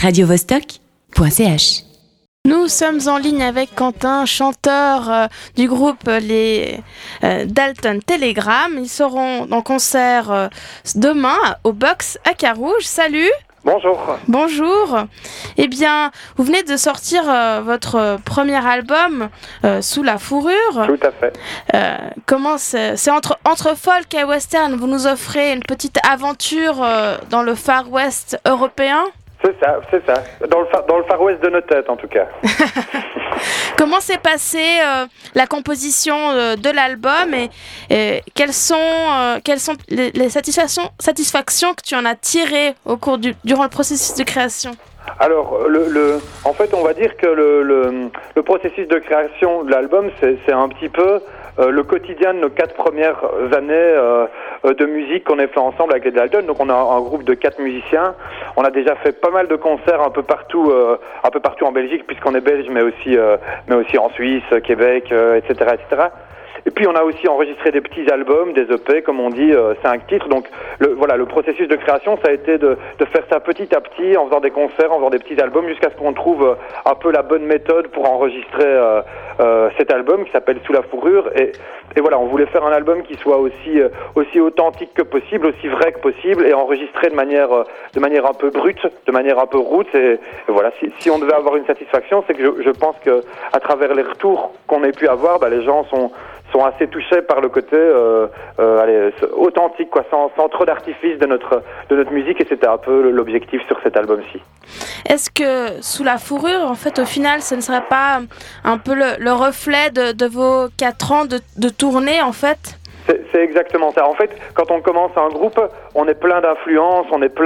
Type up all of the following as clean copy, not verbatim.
radiovostok.ch. Nous sommes en ligne avec Quentin, chanteur du groupe les Dalton Telegram. Ils seront en concert demain au Box à Carouge. Salut! Bonjour. Bonjour. Eh bien, vous venez de sortir votre premier album, Sous la fourrure. Tout à fait. Comment c'est entre folk et western. Vous nous offrez une petite aventure dans le Far West européen. C'est ça. Dans le Far West de nos têtes, en tout cas. Comment s'est passée la composition de l'album et quelles sont les satisfactions que tu en as tirées durant le processus de création? Alors, en fait, on va dire que le processus de création de l'album, c'est un petit peu le quotidien de nos 4 premières années de musique qu'on a fait ensemble avec les Dalton. Donc, on a un groupe de 4 musiciens. On a déjà fait pas mal de concerts un peu partout en Belgique, puisqu'on est belge, mais aussi en Suisse, Québec, etc., etc. Et puis on a aussi enregistré des petits albums, des EP, comme on dit, 5 titres. Donc le processus de création, ça a été de faire ça petit à petit, en faisant des concerts, en faisant des petits albums, jusqu'à ce qu'on trouve un peu la bonne méthode pour enregistrer cet album qui s'appelle Sous la fourrure. Et voilà, on voulait faire un album qui soit aussi authentique que possible, aussi vrai que possible, et enregistré de manière un peu brute, de manière un peu roots. Et voilà, si on devait avoir une satisfaction, c'est que je pense que à travers les retours qu'on ait pu avoir, les gens sont assez touchés par le côté authentique, quoi, sans trop d'artifice de notre musique, et c'était un peu l'objectif sur cet album-ci. Est-ce que Sous la fourrure, en fait, au final, ce ne serait pas un peu le reflet de vos 4 ans de tournée, en fait? C'est exactement ça. En fait, quand on commence un groupe, on est plein d'influences, on est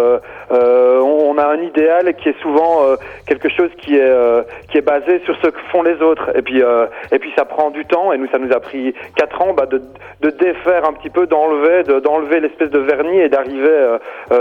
on a un idéal qui est souvent quelque chose qui est basé sur ce que font les autres. Et puis ça prend du temps, et nous, ça nous a pris 4 ans de défaire un petit peu, d'enlever l'espèce de vernis et d'arriver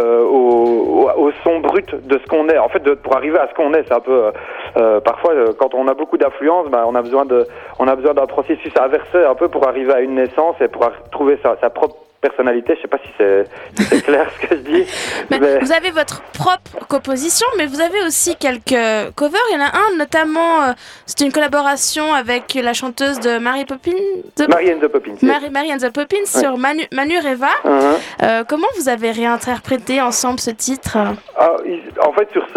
au son brut de ce qu'on est. En fait, pour arriver à ce qu'on est, c'est un peu parfois quand on a beaucoup d'influence, on a besoin d'un processus inversé un peu pour arriver à une naissance et pour trouver sa propre personnalité. Je sais pas si c'est clair ce que je dis. Mais vous avez votre propre composition, mais vous avez aussi quelques covers. Il y en a un, notamment, c'est une collaboration avec la chanteuse de Mary and the Poppins. Mary and the Poppins, ouais. Sur Manu Reva. Uh-huh. Comment vous avez réinterprété ensemble ce titre? En fait, sur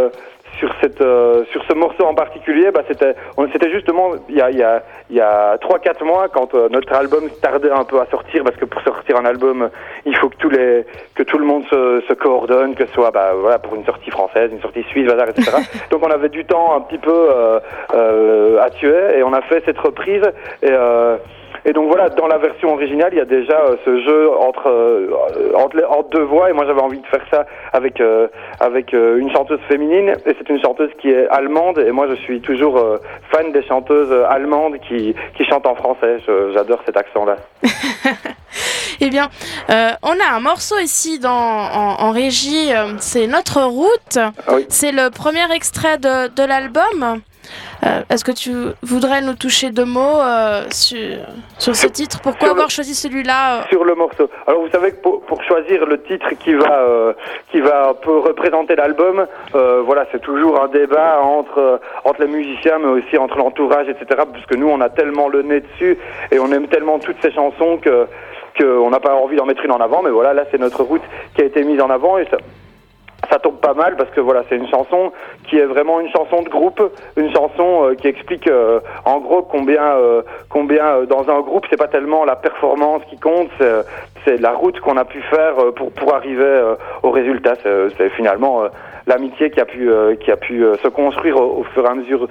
ce morceau en particulier, c'était justement il y a 3-4 mois, quand notre album tardait un peu à sortir, parce que pour sortir un album, il faut que tout le monde se coordonne, que ce soit pour une sortie française, une sortie suisse, etc. Donc on avait du temps un petit peu à tuer, et on a fait cette reprise. Et donc voilà, dans la version originale, il y a déjà ce jeu entre 2 voix, et moi j'avais envie de faire ça avec une chanteuse féminine, et c'est une chanteuse qui est allemande, et moi je suis toujours fan des chanteuses allemandes qui chantent en français. J'adore cet accent-là. Eh bien, on a un morceau ici en régie, c'est Notre route. Oui. C'est le premier extrait de l'album. Est-ce que tu voudrais nous toucher 2 mots sur ce titre? Pourquoi avoir choisi celui-là Sur le morceau. Alors vous savez que pour choisir le titre qui va un peu représenter l'album, c'est toujours un débat entre les musiciens, mais aussi entre l'entourage, etc. Puisque nous, on a tellement le nez dessus et on aime tellement toutes ces chansons qu'on n'a pas envie d'en mettre une en avant. Mais voilà, là c'est Notre route qui a été mise en avant, et ça tombe pas mal, parce que c'est une chanson qui est vraiment une chanson de groupe, une chanson qui explique en gros combien dans un groupe, c'est pas tellement la performance qui compte, c'est la route qu'on a pu faire pour arriver au résultat. C'est finalement l'amitié qui a pu se construire au fur et à mesure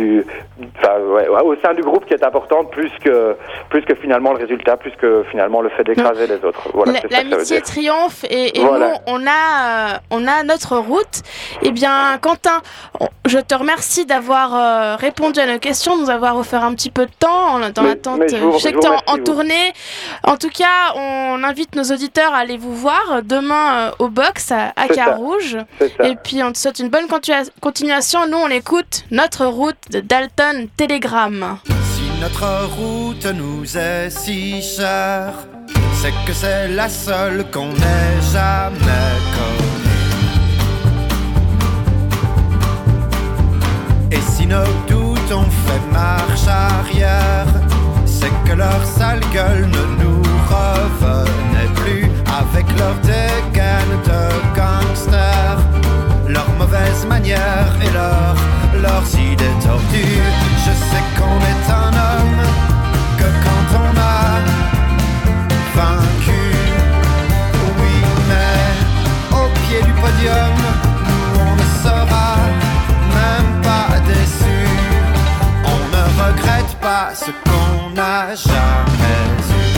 au sein du groupe, qui est importante plus que finalement le résultat, plus que finalement le fait d'écraser les autres. Voilà, l'amitié triomphe, et voilà. Nous on a notre route. Eh bien, Quentin, je te remercie d'avoir répondu à nos questions, de nous avoir offert un petit peu de temps dans l'attente. Je sais que tu es en tournée. En tout cas, on invite nos auditeurs à aller vous voir demain au Box à Carouge. Et puis on te souhaite une bonne continuation. Nous, on écoute Notre route de Dalton Telegram. Si notre route nous est si chère, c'est que c'est la seule qu'on ait jamais connue. leur sale gueule ne nous revenait plus, avec leur dégaine de gangsters, leurs mauvaises manières et leurs idées tordues. Je sais qu'on est un homme que quand on a vaincu, oui, mais au pied du podium, nous on ne sera même pas déçus. On ne regrette pas ce qu'on n'a jamais eu.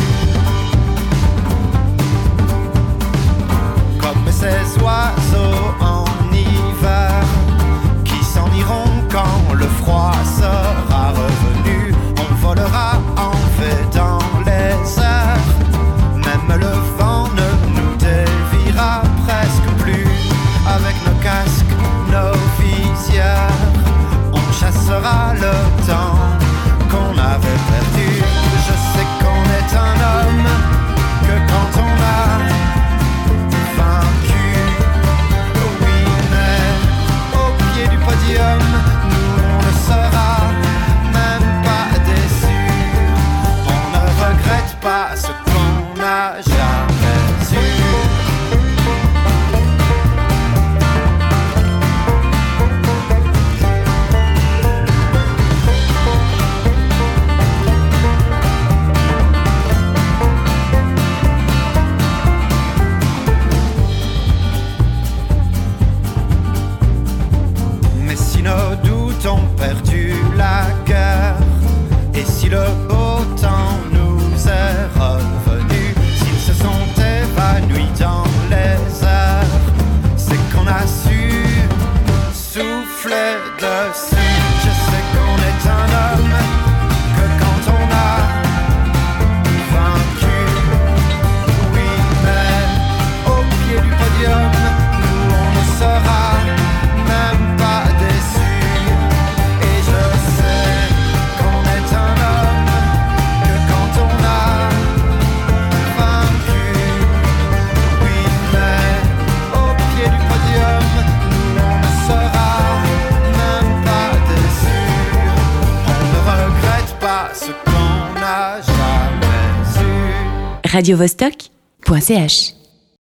Comme ces oiseaux en hiver qui s'en iront quand le froid sera revenu, on volera en fait dans les airs. Même le vent ne nous déviera presque plus. Avec nos casques, nos visières, on chassera le temps qu'on avait perdu. Je sais qu'on est un homme que quand on a vaincu, oui, mais au pied du podium, nous on ne sera même pas déçus. On ne regrette pas ce qu'on n'a jamais eu. Nos doutes ont perdu la guerre, et si le beau temps nous est revenu, s'ils se sont évanouis dans les airs, c'est qu'on a su souffler dessus. Je sais qu'on est un homme que quand on a vaincu, oui, mais au pied du podium, nous on ne sera même pas déçus. radiovostok.ch